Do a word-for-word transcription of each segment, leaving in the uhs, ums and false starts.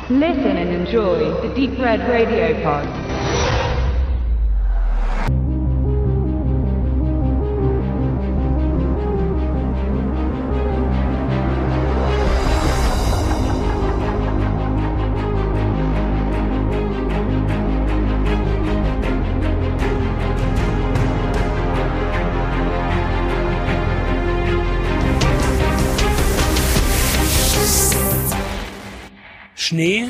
Listen and enjoy the Deep Red Radio Pod. Schnee,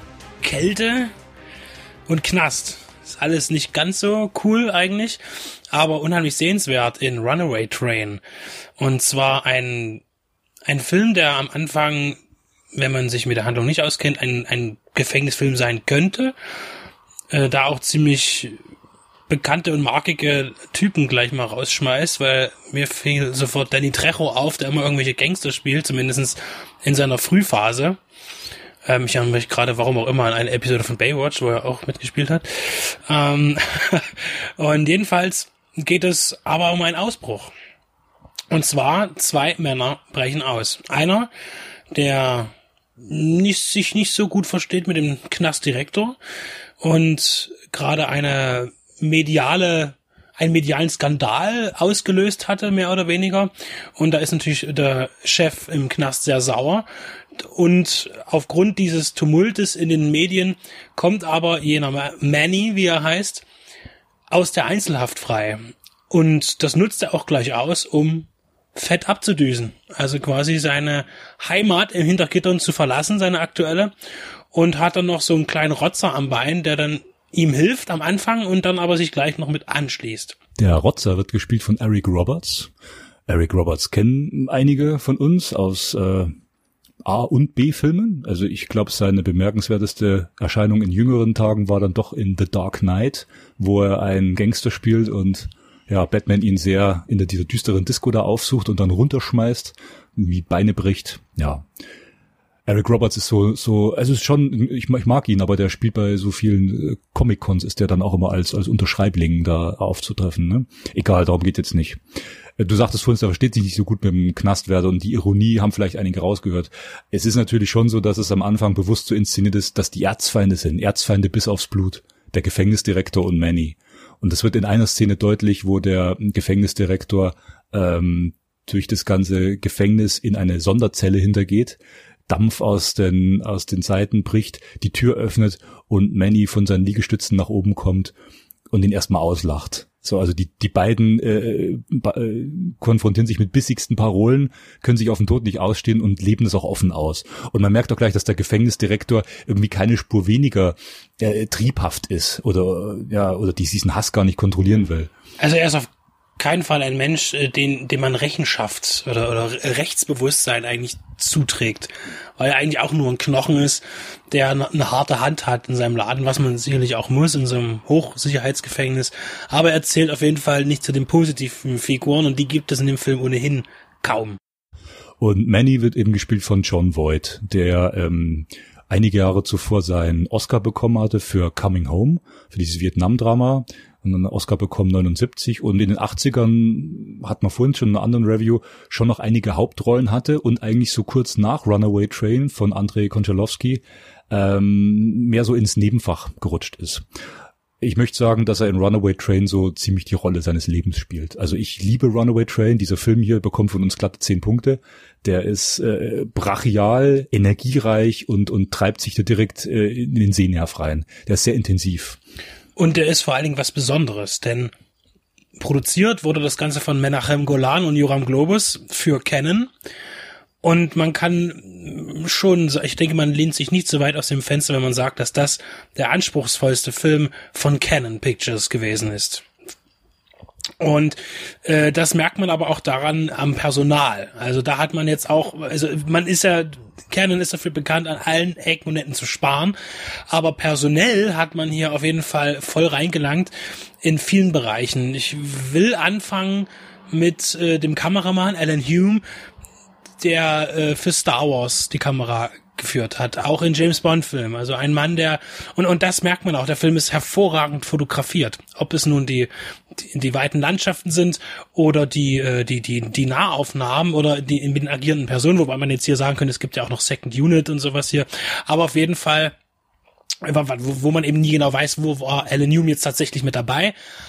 Kälte und Knast. Ist alles nicht ganz so cool eigentlich, aber unheimlich sehenswert in Runaway Train. Und zwar ein ein Film, der am Anfang, wenn man sich mit der Handlung nicht auskennt, ein ein Gefängnisfilm sein könnte, äh, da auch ziemlich bekannte und markige Typen gleich mal rausschmeißt, weil mir fiel sofort Danny Trejo auf, der immer irgendwelche Gangster spielt, zumindest in seiner Frühphase. Ähm, ich erinnere mich gerade, warum auch immer, an eine Episode von Baywatch, wo er auch mitgespielt hat. Ähm und jedenfalls geht es aber um einen Ausbruch. Und zwar zwei Männer brechen aus. Einer, der nicht, sich nicht so gut versteht mit dem Knastdirektor und gerade eine mediale einen medialen Skandal ausgelöst hatte, mehr oder weniger. Und da ist natürlich der Chef im Knast sehr sauer. Und aufgrund dieses Tumultes in den Medien kommt aber jener Manny, wie er heißt, aus der Einzelhaft frei. Und das nutzt er auch gleich aus, um fett abzudüsen. Also quasi seine Heimat im Hintergittern zu verlassen, seine aktuelle. Und hat dann noch so einen kleinen Rotzer am Bein, der dann ihm hilft am Anfang und dann aber sich gleich noch mit anschließt. Der Rotzer wird gespielt von Eric Roberts. Eric Roberts kennen einige von uns aus äh, A- und B-Filmen. Also ich glaube, seine bemerkenswerteste Erscheinung in jüngeren Tagen war dann doch in The Dark Knight, wo er einen Gangster spielt und ja, Batman ihn sehr in der, dieser düsteren Disco da aufsucht und dann runterschmeißt, wie Beine bricht. Ja. Eric Roberts ist so, so, also ist schon, ich, ich mag ihn, aber der spielt bei so vielen äh, Comic-Cons, ist der dann auch immer als, als Unterschreibling da aufzutreffen, ne? Egal, darum geht jetzt nicht. Äh, du sagtest vorhin, er versteht sich nicht so gut mit dem Knastwärter und die Ironie haben vielleicht einige rausgehört. Es ist natürlich schon so, dass es am Anfang bewusst so inszeniert ist, dass die Erzfeinde sind, Erzfeinde bis aufs Blut, der Gefängnisdirektor und Manny. Und das wird in einer Szene deutlich, wo der Gefängnisdirektor ähm, durch das ganze Gefängnis in eine Sonderzelle hintergeht, Dampf aus den aus den Seiten bricht, die Tür öffnet und Manny von seinen Liegestützen nach oben kommt und ihn erstmal auslacht. So, also die die beiden äh, äh, konfrontieren sich mit bissigsten Parolen, können sich auf den Tod nicht ausstehen und leben es auch offen aus. Und man merkt auch gleich, dass der Gefängnisdirektor irgendwie keine Spur weniger äh, triebhaft ist oder ja oder diesen Hass gar nicht kontrollieren will. Also er ist auf keinen Fall ein Mensch, den, dem man Rechenschaft oder, oder Rechtsbewusstsein eigentlich zuträgt, weil er eigentlich auch nur ein Knochen ist, der eine, eine harte Hand hat in seinem Laden, was man sicherlich auch muss in so einem Hochsicherheitsgefängnis, aber er zählt auf jeden Fall nicht zu den positiven Figuren und die gibt es in dem Film ohnehin kaum. Und Manny wird eben gespielt von Jon Voight, der ähm, einige Jahre zuvor seinen Oscar bekommen hatte für Coming Home, für dieses Vietnam-Drama, und einen Oscar bekommen neunundsiebzig und in den achtzigern hat man vorhin schon in einer anderen Review schon noch einige Hauptrollen hatte und eigentlich so kurz nach Runaway Train von Andrei Konchalovsky ähm, mehr so ins Nebenfach gerutscht ist. Ich möchte sagen, dass er in Runaway Train so ziemlich die Rolle seines Lebens spielt. Also ich liebe Runaway Train. Dieser Film hier bekommt von uns glatte zehn Punkte. Der ist äh, brachial, energiereich und und treibt sich da direkt äh, in den Sehnerv rein. Der ist sehr intensiv. Und der ist vor allen Dingen was Besonderes, denn produziert wurde das Ganze von Menachem Golan und Yoram Globus für Canon. Und man kann schon, ich denke, man lehnt sich nicht so weit aus dem Fenster, wenn man sagt, dass das der anspruchsvollste Film von Canon Pictures gewesen ist. Und äh, das merkt man aber auch daran am Personal. Also da hat man jetzt auch, also man ist ja, Canon ist dafür bekannt, an allen Ecken und Enden zu sparen, aber personell hat man hier auf jeden Fall voll reingelangt in vielen Bereichen. Ich will anfangen mit äh, dem Kameramann Alan Hume, der äh, für Star Wars die Kamera geführt hat, auch in James Bond Filmen. Also ein Mann, der, und, und das merkt man auch, der Film ist hervorragend fotografiert. Ob es nun die, die, die weiten Landschaften sind oder die, die, die, die Nahaufnahmen oder die mit den agierenden Personen, wobei man jetzt hier sagen könnte, es gibt ja auch noch Second Unit und sowas hier. Aber auf jeden Fall, wo, wo man eben nie genau weiß, wo war Alan Newman jetzt tatsächlich mit dabei.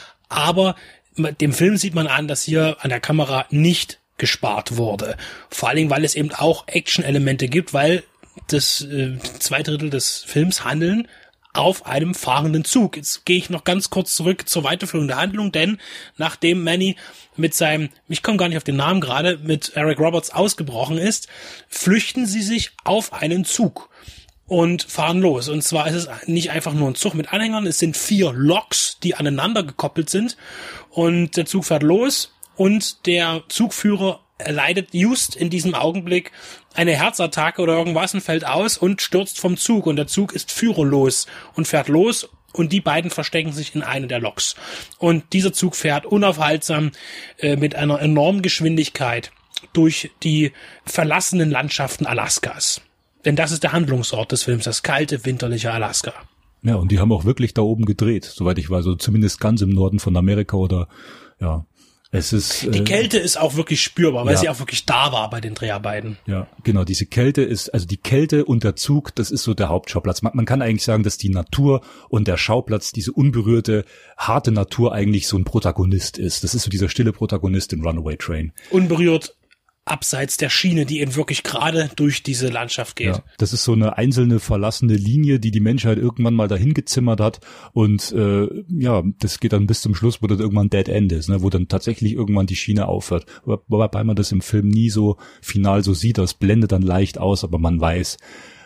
Aber dem Film sieht man an, dass hier an der Kamera nicht gespart wurde. Vor allen Dingen, weil es eben auch Action-Elemente gibt, weil das äh, zwei Drittel des Films handeln auf einem fahrenden Zug. Jetzt gehe ich noch ganz kurz zurück zur Weiterführung der Handlung, denn nachdem Manny mit seinem, ich komme gar nicht auf den Namen gerade, mit Eric Roberts ausgebrochen ist, flüchten sie sich auf einen Zug und fahren los. Und zwar ist es nicht einfach nur ein Zug mit Anhängern, es sind vier Loks, die aneinander gekoppelt sind und der Zug fährt los und der Zugführer erleidet just in diesem Augenblick eine Herzattacke oder irgendwas und fällt aus und stürzt vom Zug und der Zug ist führerlos und fährt los und die beiden verstecken sich in eine der Loks. Und dieser Zug fährt unaufhaltsam äh, mit einer enormen Geschwindigkeit durch die verlassenen Landschaften Alaskas. Denn das ist der Handlungsort des Films, das kalte, winterliche Alaska. Ja, und die haben auch wirklich da oben gedreht, soweit ich weiß, also zumindest ganz im Norden von Amerika oder, ja. Es ist, die äh, Kälte ist auch wirklich spürbar, weil ja. sie auch wirklich da war bei den Dreharbeiten. Ja, genau, diese Kälte ist, also die Kälte und der Zug, das ist so der Hauptschauplatz. Man, man kann eigentlich sagen, dass die Natur und der Schauplatz, diese unberührte, harte Natur eigentlich so ein Protagonist ist. Das ist so dieser stille Protagonist in Runaway Train. Unberührt abseits der Schiene, die eben wirklich gerade durch diese Landschaft geht. Ja, das ist so eine einzelne verlassene Linie, die die Menschheit irgendwann mal dahin gezimmert hat und äh, ja, das geht dann bis zum Schluss, wo dann irgendwann Dead End ist, ne, wo dann tatsächlich irgendwann die Schiene aufhört. Wobei man das im Film nie so final so sieht, das blendet dann leicht aus, aber man weiß,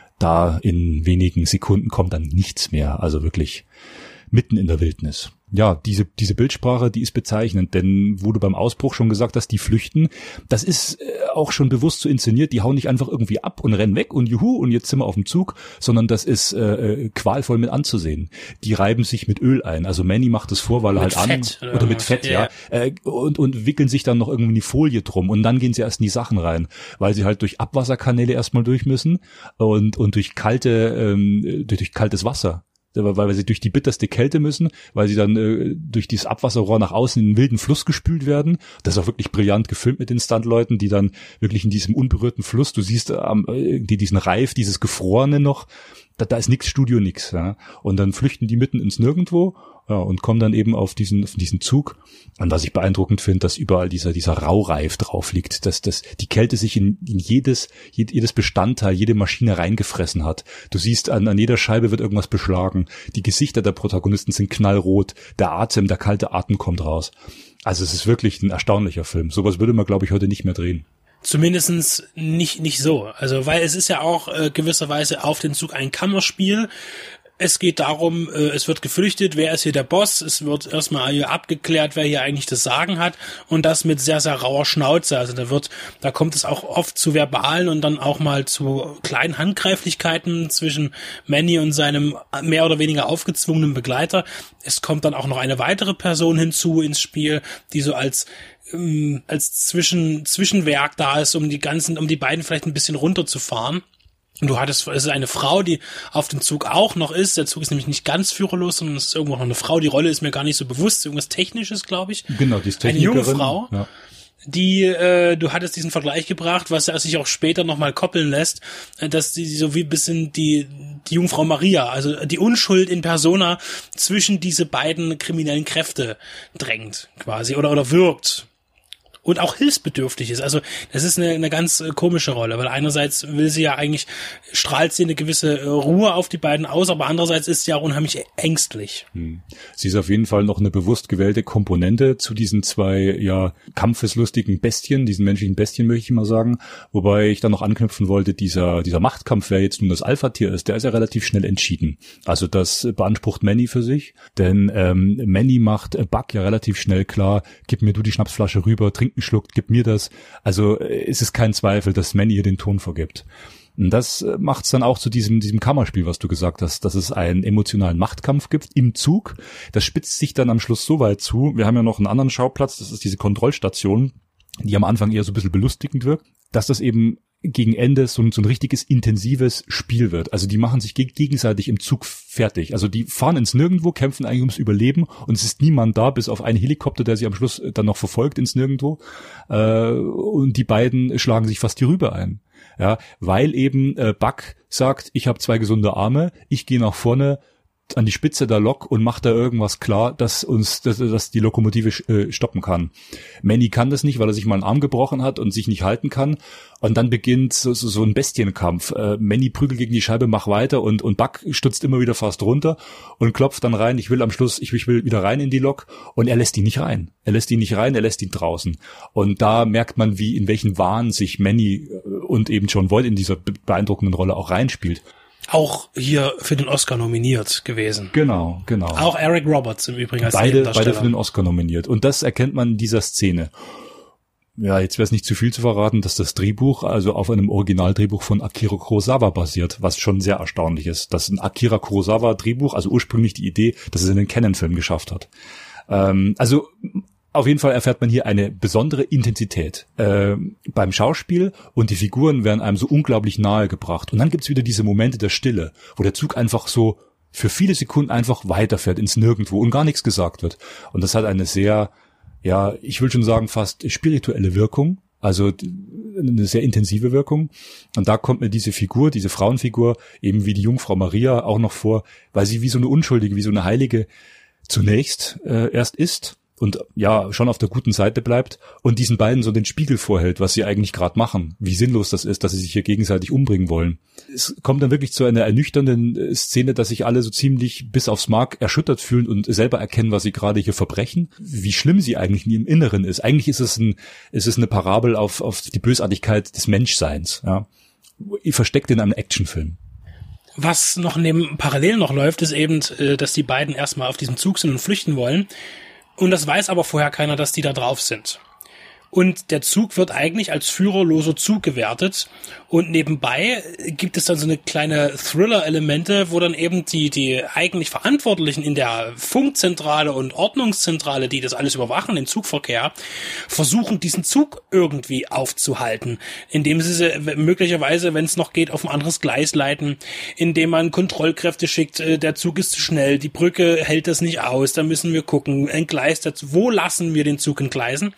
da in wenigen Sekunden kommt dann nichts mehr, also wirklich mitten in der Wildnis. Ja, diese diese Bildsprache, die ist bezeichnend, denn wo du beim Ausbruch schon gesagt hast, die flüchten, das ist äh, auch schon bewusst so inszeniert, die hauen nicht einfach irgendwie ab und rennen weg und juhu und jetzt sind wir auf dem Zug, sondern das ist äh, qualvoll mit anzusehen. Die reiben sich mit Öl ein, also Manny macht es vor, weil er mit halt Fett, an, oder, oder mit Fett, ja, ja äh, und, und wickeln sich dann noch irgendwie in die Folie drum und dann gehen sie erst in die Sachen rein, weil sie halt durch Abwasserkanäle erstmal durch müssen und und durch kalte, ähm, durch, durch kaltes Wasser. Weil sie durch die bitterste Kälte müssen, weil sie dann äh, durch dieses Abwasserrohr nach außen in einen wilden Fluss gespült werden. Das ist auch wirklich brillant gefilmt mit den Stuntleuten, die dann wirklich in diesem unberührten Fluss, du siehst äh, die, diesen Reif, dieses Gefrorene noch, da, da ist nix Studio, nix. Ja. Und dann flüchten die mitten ins Nirgendwo, ja, und kommen dann eben auf diesen auf diesen Zug. Und was ich beeindruckend finde, dass überall dieser dieser Raureif drauf liegt, dass dass die Kälte sich in, in jedes jedes Bestandteil, jede Maschine reingefressen hat. Du siehst, an, an jeder Scheibe wird irgendwas beschlagen. Die Gesichter der Protagonisten sind knallrot. Der Atem, der kalte Atem kommt raus. Also es ist wirklich ein erstaunlicher Film. Sowas würde man, glaube ich, heute nicht mehr drehen. Zumindestens nicht nicht so. Also weil es ist ja auch äh, gewisserweise auf den Zug ein Kammerspiel. Es geht darum, äh, es wird geflüchtet, wer ist hier der Boss, es wird erstmal hier abgeklärt, wer hier eigentlich das Sagen hat und das mit sehr, sehr rauer Schnauze. Also da wird, da kommt es auch oft zu verbalen und dann auch mal zu kleinen Handgreiflichkeiten zwischen Manny und seinem mehr oder weniger aufgezwungenen Begleiter. Es kommt dann auch noch eine weitere Person hinzu ins Spiel, die so als ähm, als Zwischen, Zwischenwerk da ist, um die ganzen, um die beiden vielleicht ein bisschen runterzufahren. Und du hattest, es ist eine Frau, die auf dem Zug auch noch ist. Der Zug ist nämlich nicht ganz führerlos, sondern es ist irgendwo noch eine Frau. Die Rolle ist mir gar nicht so bewusst. Irgendwas Technisches, glaube ich. Genau, die ist Technikerin. Eine junge Frau, ja. die, äh, du hattest diesen Vergleich gebracht, was er sich auch später nochmal koppeln lässt, dass die so wie ein bisschen die, die Jungfrau Maria, also die Unschuld in Persona zwischen diese beiden kriminellen Kräfte drängt, quasi, oder, oder wirkt. Und auch hilfsbedürftig ist. Also das ist eine, eine ganz äh, komische Rolle, weil einerseits will sie ja eigentlich, strahlt sie eine gewisse äh, Ruhe auf die beiden aus, aber andererseits ist sie auch unheimlich ängstlich. Hm. Sie ist auf jeden Fall noch eine bewusst gewählte Komponente zu diesen zwei ja kampfeslustigen Bestien, diesen menschlichen Bestien möchte ich mal sagen, wobei ich dann noch anknüpfen wollte, dieser dieser Machtkampf, wer jetzt nun das Alpha-Tier ist, der ist ja relativ schnell entschieden. Also das beansprucht Manny für sich, denn ähm, Manny macht Buck ja relativ schnell klar, gib mir du die Schnapsflasche rüber, trink einen Schluck, gib mir das. Also es ist kein Zweifel, dass Manny hier den Ton vorgibt. Und das macht es dann auch zu diesem diesem Kammerspiel, was du gesagt hast, dass es einen emotionalen Machtkampf gibt im Zug. Das spitzt sich dann am Schluss so weit zu. Wir haben ja noch einen anderen Schauplatz, das ist diese Kontrollstation, die am Anfang eher so ein bisschen belustigend wirkt. dass das eben gegen Ende so ein, so ein richtiges intensives Spiel wird. Also die machen sich geg- gegenseitig im Zug fertig. Also die fahren ins Nirgendwo, kämpfen eigentlich ums Überleben und es ist niemand da, bis auf einen Helikopter, der sie am Schluss dann noch verfolgt ins Nirgendwo. Äh, und die beiden schlagen sich fast die Rübe ein. Ja, weil eben äh, Buck sagt, ich habe zwei gesunde Arme, ich gehe nach vorne an die Spitze der Lok und macht da irgendwas klar, dass uns, dass, dass die Lokomotive äh, stoppen kann. Manny kann das nicht, weil er sich mal einen Arm gebrochen hat und sich nicht halten kann. Und dann beginnt so, so, so ein Bestienkampf. Äh, Manny prügelt gegen die Scheibe, mach weiter und und Buck stürzt immer wieder fast runter und klopft dann rein. Ich will am Schluss, ich, ich will wieder rein in die Lok und er lässt ihn nicht rein. Er lässt ihn nicht rein, er lässt ihn draußen. Und da merkt man, wie in welchen Wahn sich Manny und eben Jon Voight in dieser beeindruckenden Rolle auch reinspielt. Auch hier für den Oscar nominiert gewesen. Genau, genau. Auch Eric Roberts im Übrigen als beide, Nebendarsteller. beide für den Oscar nominiert. Und das erkennt man in dieser Szene. Ja, jetzt wäre es nicht zu viel zu verraten, dass das Drehbuch also auf einem Originaldrehbuch von Akira Kurosawa basiert, was schon sehr erstaunlich ist. Dass ein Akira Kurosawa Drehbuch, also ursprünglich die Idee, dass es in den Canon-Film geschafft hat. Ähm, also auf jeden Fall erfährt man hier eine besondere Intensität äh, beim Schauspiel und die Figuren werden einem so unglaublich nahe gebracht. Und dann gibt's wieder diese Momente der Stille, wo der Zug einfach so für viele Sekunden einfach weiterfährt ins Nirgendwo und gar nichts gesagt wird. Und das hat eine sehr, ja, ich will schon sagen, fast spirituelle Wirkung, also eine sehr intensive Wirkung. Und da kommt mir diese Figur, diese Frauenfigur, eben wie die Jungfrau Maria auch noch vor, weil sie wie so eine Unschuldige, wie so eine Heilige zunächst äh, erst ist und ja, schon auf der guten Seite bleibt und diesen beiden so den Spiegel vorhält, was sie eigentlich gerade machen, wie sinnlos das ist, dass sie sich hier gegenseitig umbringen wollen. Es kommt dann wirklich zu einer ernüchternden Szene, dass sich alle so ziemlich bis aufs Mark erschüttert fühlen und selber erkennen, was sie gerade hier verbrechen, wie schlimm sie eigentlich in ihrem Inneren ist. Eigentlich ist es ein, ist es eine Parabel auf, auf die Bösartigkeit des Menschseins, ja. Versteckt in einem Actionfilm. Was noch neben parallel noch läuft, ist eben, dass die beiden erstmal auf diesem Zug sind und flüchten wollen. Und das weiß aber vorher keiner, dass die da drauf sind. Und der Zug wird eigentlich als führerloser Zug gewertet. Und nebenbei gibt es dann so eine kleine Thriller-Elemente, wo dann eben die die eigentlich Verantwortlichen in der Funkzentrale und Ordnungszentrale, die das alles überwachen, den Zugverkehr, versuchen, diesen Zug irgendwie aufzuhalten. Indem sie sie möglicherweise, wenn es noch geht, auf ein anderes Gleis leiten, indem man Kontrollkräfte schickt, der Zug ist zu schnell, die Brücke hält das nicht aus, da müssen wir gucken, entgleist dazu, wo lassen wir den Zug entgleisen?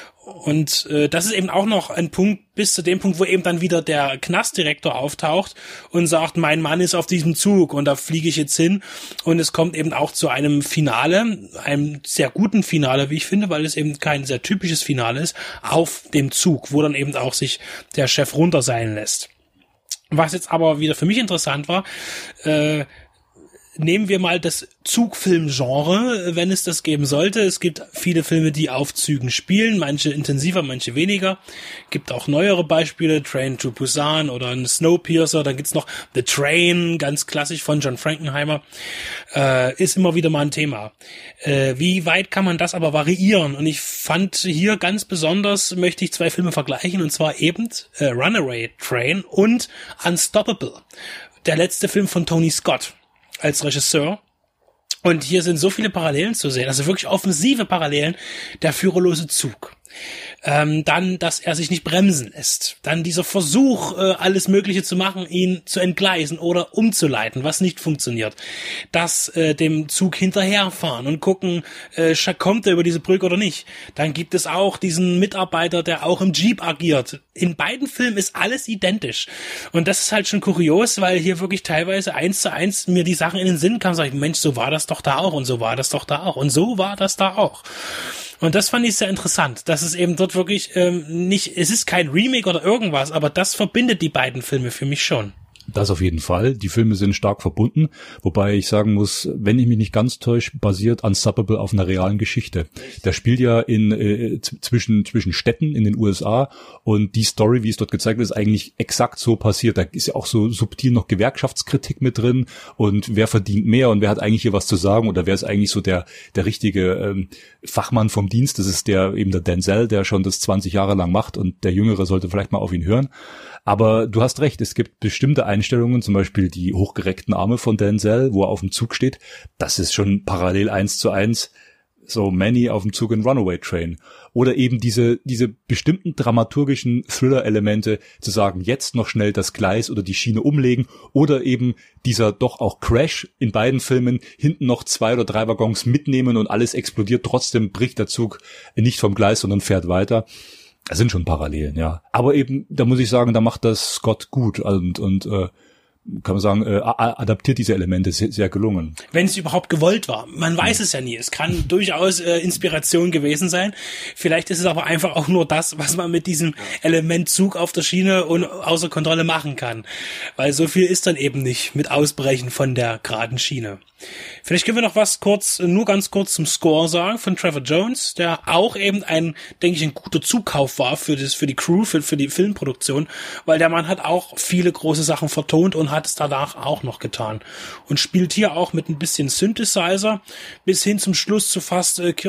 Und äh, das ist eben auch noch ein Punkt, bis zu dem Punkt, wo eben dann wieder der Knastdirektor auftaucht und sagt, mein Mann ist auf diesem Zug und da fliege ich jetzt hin. Und es kommt eben auch zu einem Finale, einem sehr guten Finale, wie ich finde, weil es eben kein sehr typisches Finale ist, auf dem Zug, wo dann eben auch sich der Chef runterseilen lässt. Was jetzt aber wieder für mich interessant war, äh, nehmen wir mal das Zugfilmgenre, wenn es das geben sollte. Es gibt viele Filme, die auf Zügen spielen, manche intensiver, manche weniger. Gibt auch neuere Beispiele, Train to Busan oder ein Snowpiercer. Dann gibt's noch The Train, ganz klassisch von John Frankenheimer. Äh, ist immer wieder mal ein Thema. Äh, wie weit kann man das aber variieren? Und ich fand hier ganz besonders, möchte ich zwei Filme vergleichen, und zwar eben äh, Runaway Train und Unstoppable. Der letzte Film von Tony Scott als Regisseur. Und hier sind so viele Parallelen zu sehen, also wirklich offensive Parallelen. Der führerlose Zug. Ähm, dann, dass er sich nicht bremsen lässt. Dann dieser Versuch, äh, alles Mögliche zu machen, ihn zu entgleisen oder umzuleiten, was nicht funktioniert. Das äh, dem Zug hinterherfahren und gucken, äh, kommt er über diese Brücke oder nicht. Dann gibt es auch diesen Mitarbeiter, der auch im Jeep agiert. In beiden Filmen ist alles identisch. Und das ist halt schon kurios, weil hier wirklich teilweise eins zu eins mir die Sachen in den Sinn kamen. Sag ich, Mensch, so war das doch da auch und so war das doch da auch und so war das da auch. Und das fand ich sehr interessant, dass es eben dort wirklich ähm, nicht, es ist kein Remake oder irgendwas, aber das verbindet die beiden Filme für mich schon. Das auf jeden Fall. Die Filme sind stark verbunden, wobei ich sagen muss, wenn ich mich nicht ganz täusche, basiert Unstoppable auf einer realen Geschichte. Der spielt ja in äh, zwischen zwischen Städten in den U S A und die Story, wie es dort gezeigt wird, ist eigentlich exakt so passiert. Da ist ja auch so subtil noch Gewerkschaftskritik mit drin und wer verdient mehr und wer hat eigentlich hier was zu sagen oder wer ist eigentlich so der der richtige ähm, Fachmann vom Dienst. Das ist der eben der Denzel, der schon das zwanzig Jahre lang macht und der Jüngere sollte vielleicht mal auf ihn hören. Aber du hast recht, es gibt bestimmte Einstellungen, zum Beispiel die hochgereckten Arme von Denzel, wo er auf dem Zug steht. Das ist schon parallel eins zu eins so Manny auf dem Zug in Runaway Train. Oder eben diese diese bestimmten dramaturgischen Thriller-Elemente, zu sagen, jetzt noch schnell das Gleis oder die Schiene umlegen, oder eben dieser doch auch Crash in beiden Filmen, hinten noch zwei oder drei Waggons mitnehmen und alles explodiert, trotzdem bricht der Zug nicht vom Gleis, sondern fährt weiter. Das sind schon Parallelen, ja. Aber eben, da muss ich sagen, da macht das Scott gut und und äh, kann man sagen, äh, adaptiert diese Elemente sehr, sehr gelungen. Wenn es überhaupt gewollt war. Man weiß es ja nie. Es kann durchaus äh, Inspiration gewesen sein. Vielleicht ist es aber einfach auch nur das, was man mit diesem Element Zug auf der Schiene und außer Kontrolle machen kann. Weil so viel ist dann eben nicht mit Ausbrechen von der geraden Schiene. Vielleicht können wir noch was kurz, nur ganz kurz zum Score sagen von Trevor Jones, der auch eben ein, denke ich, ein guter Zukauf war für das, für die Crew, für, für die Filmproduktion, weil der Mann hat auch viele große Sachen vertont und hat es danach auch noch getan und spielt hier auch mit ein bisschen Synthesizer bis hin zum Schluss zu fast äh,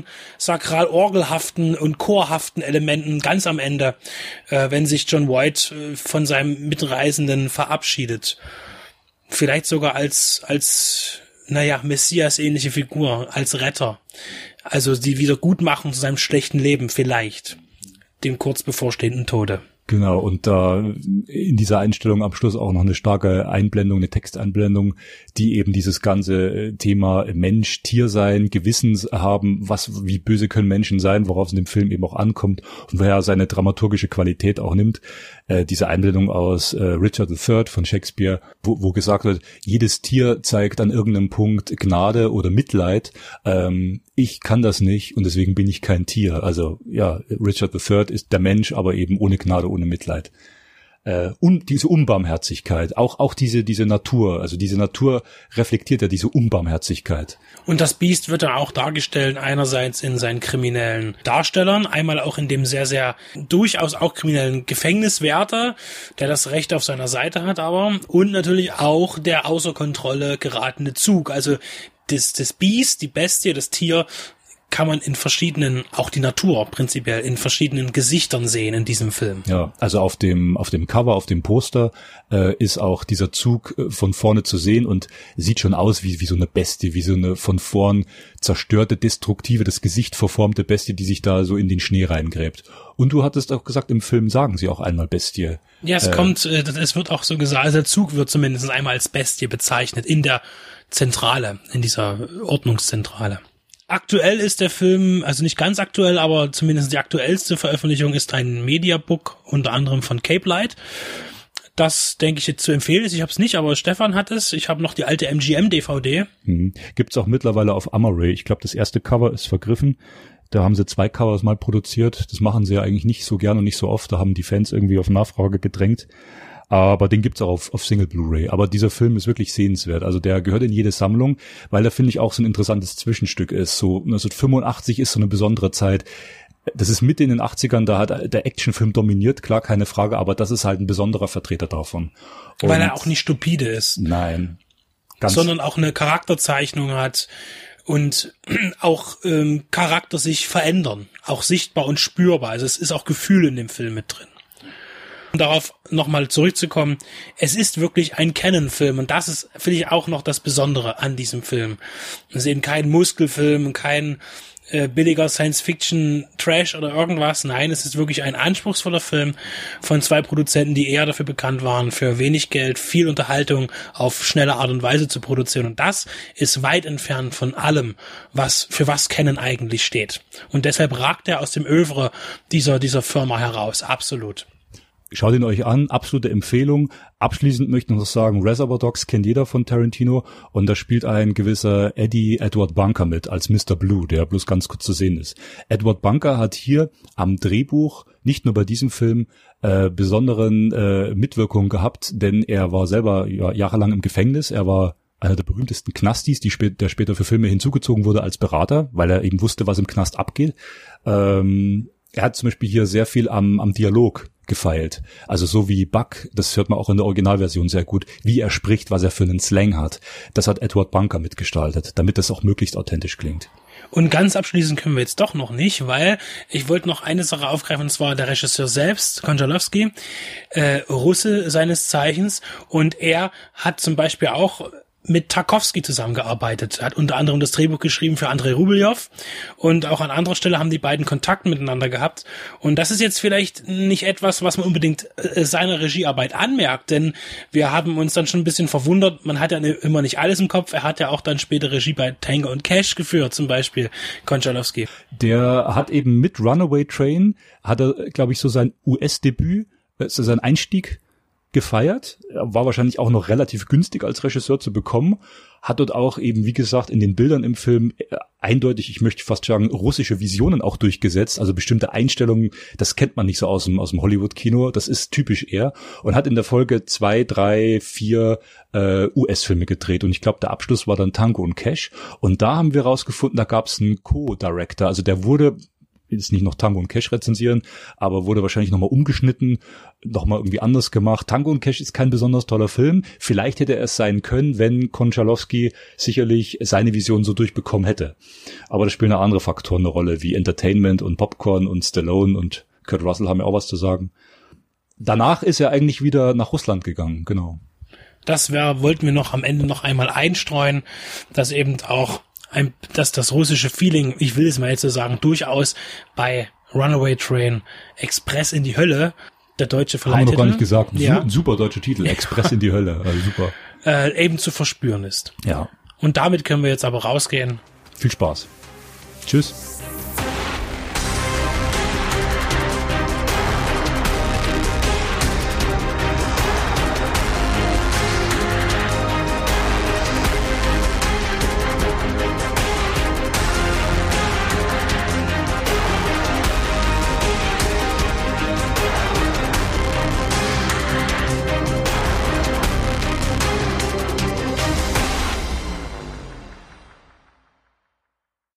kirchensakral-orgelhaften und chorhaften Elementen ganz am Ende, äh, wenn sich John Voight äh, von seinem Mitreisenden verabschiedet. Vielleicht sogar als, als, naja, Messias-ähnliche Figur, als Retter. Also die Wiedergutmachung zu seinem schlechten Leben vielleicht. Dem kurz bevorstehenden Tode. Genau, und da in dieser Einstellung am Schluss auch noch eine starke Einblendung, eine Texteinblendung, die eben dieses ganze Thema Mensch, Tier sein, Gewissens haben, was, wie böse können Menschen sein, worauf es in dem Film eben auch ankommt und woher er seine dramaturgische Qualität auch nimmt. Äh, diese Einblendung aus äh, Richard the Third von Shakespeare, wo, wo gesagt wird, jedes Tier zeigt an irgendeinem Punkt Gnade oder Mitleid. Ähm, ich kann das nicht und deswegen bin ich kein Tier. Also ja, Richard the Third ist der Mensch, aber eben ohne Gnade, ohne Mitleid. Äh, und diese Unbarmherzigkeit, auch auch diese diese Natur, also diese Natur reflektiert ja diese Unbarmherzigkeit. Und das Biest wird dann auch dargestellt, einerseits in seinen kriminellen Darstellern, einmal auch in dem sehr, sehr durchaus auch kriminellen Gefängniswärter, der das Recht auf seiner Seite hat, aber und natürlich auch der außer Kontrolle geratene Zug. Also das, das Biest, die Bestie, das Tier, kann man in verschiedenen, auch die Natur prinzipiell, in verschiedenen Gesichtern sehen in diesem Film. Ja, also auf dem auf dem Cover, auf dem Poster äh, ist auch dieser Zug äh, von vorne zu sehen und sieht schon aus wie wie so eine Bestie, wie so eine von vorn zerstörte, destruktive, das Gesicht verformte Bestie, die sich da so in den Schnee reingräbt. Und du hattest auch gesagt, im Film sagen sie auch einmal Bestie. Ja, es äh, kommt, äh, es wird auch so gesagt, also der Zug wird zumindest einmal als Bestie bezeichnet in der Zentrale, in dieser Ordnungszentrale. Aktuell ist der Film, also nicht ganz aktuell, aber zumindest die aktuellste Veröffentlichung ist ein Mediabook, unter anderem von Cape Light. Das, denke ich, jetzt zu empfehlen ist. Ich habe es nicht, aber Stefan hat es. Ich habe noch die alte M G M-D V D. Mhm. Gibt's auch mittlerweile auf Amaray. Ich glaube, das erste Cover ist vergriffen. Da haben sie zwei Covers mal produziert. Das machen sie ja eigentlich nicht so gern und nicht so oft. Da haben die Fans irgendwie auf Nachfrage gedrängt. Aber den gibt's auch auf, auf Single Blu-ray. Aber dieser Film ist wirklich sehenswert. Also der gehört in jede Sammlung, weil er, finde ich, auch so ein interessantes Zwischenstück ist. So neunzehnhundertfünfundachtzig ist so eine besondere Zeit. Das ist Mitte in den achtzigern, da hat der Actionfilm dominiert, klar, keine Frage, aber das ist halt ein besonderer Vertreter davon. Und weil er auch nicht stupide ist. Nein. Ganz sondern auch eine Charakterzeichnung hat und auch ähm, Charakter sich verändern. Auch sichtbar und spürbar. Also es ist auch Gefühl in dem Film mit drin. Um darauf nochmal zurückzukommen, es ist wirklich ein Canon-Film und das ist, finde ich, auch noch das Besondere an diesem Film. Es ist eben kein Muskelfilm, kein äh, billiger Science-Fiction-Trash oder irgendwas. Nein, es ist wirklich ein anspruchsvoller Film von zwei Produzenten, die eher dafür bekannt waren, für wenig Geld viel Unterhaltung auf schnelle Art und Weise zu produzieren. Und das ist weit entfernt von allem, was für was Canon eigentlich steht. Und deshalb ragt er aus dem Övre dieser, dieser Firma heraus. Absolut. Schaut ihn euch an, absolute Empfehlung. Abschließend möchte ich noch sagen, Reservoir Dogs kennt jeder von Tarantino und da spielt ein gewisser Eddie Edward Bunker mit als Mister Blue, der bloß ganz kurz zu sehen ist. Edward Bunker hat hier am Drehbuch, nicht nur bei diesem Film, äh, besonderen äh, Mitwirkungen gehabt, denn er war selber ja, jahrelang im Gefängnis, er war einer der berühmtesten Knastis, die spä- der später für Filme hinzugezogen wurde als Berater, weil er eben wusste, was im Knast abgeht. Ähm, er hat zum Beispiel hier sehr viel am, am Dialog gefeilt. Also so wie Buck, das hört man auch in der Originalversion sehr gut, wie er spricht, was er für einen Slang hat. Das hat Edward Bunker mitgestaltet, damit das auch möglichst authentisch klingt. Und ganz abschließen können wir jetzt doch noch nicht, weil ich wollte noch eine Sache aufgreifen, und zwar der Regisseur selbst, Konchalovsky, äh, Russe seines Zeichens, und er hat zum Beispiel auch mit Tarkovsky zusammengearbeitet. Er hat unter anderem das Drehbuch geschrieben für Andrei Rubeljow und auch an anderer Stelle haben die beiden Kontakt miteinander gehabt. Und das ist jetzt vielleicht nicht etwas, was man unbedingt äh, seiner Regiearbeit anmerkt, denn wir haben uns dann schon ein bisschen verwundert. Man hat ja immer nicht alles im Kopf. Er hat ja auch dann später Regie bei Tango und Cash geführt, zum Beispiel Konchalovsky. Der hat eben mit Runaway Train, hat er, glaube ich, so sein U S-Debüt, so sein Einstieg gefeiert, war wahrscheinlich auch noch relativ günstig als Regisseur zu bekommen, hat dort auch eben, wie gesagt, in den Bildern im Film eindeutig, ich möchte fast sagen, russische Visionen auch durchgesetzt, also bestimmte Einstellungen, das kennt man nicht so aus dem, aus dem Hollywood-Kino, das ist typisch er, und hat in der Folge zwei, drei, vier äh, U S-Filme gedreht, und ich glaube, der Abschluss war dann Tango und Cash, und da haben wir rausgefunden, da gab es einen Co-Director, also der wurde jetzt nicht noch Tango und Cash rezensieren, aber wurde wahrscheinlich nochmal umgeschnitten, nochmal irgendwie anders gemacht. Tango und Cash ist kein besonders toller Film. Vielleicht hätte er es sein können, wenn Konchalovsky sicherlich seine Vision so durchbekommen hätte. Aber da spielen auch andere Faktoren eine Rolle, wie Entertainment und Popcorn und Stallone und Kurt Russell haben ja auch was zu sagen. Danach ist er eigentlich wieder nach Russland gegangen, genau. Das wär, wollten wir noch am Ende noch einmal einstreuen, dass eben auch Ein, dass das russische Feeling, ich will es mal jetzt so sagen, durchaus bei Runaway Train Express in die Hölle, der deutsche Verleihtitel, haben wir noch gar nicht gesagt, ein ja. super deutscher Titel, Express in die Hölle, also super. Äh, eben zu verspüren ist. Ja. Und damit können wir jetzt aber rausgehen. Viel Spaß. Tschüss.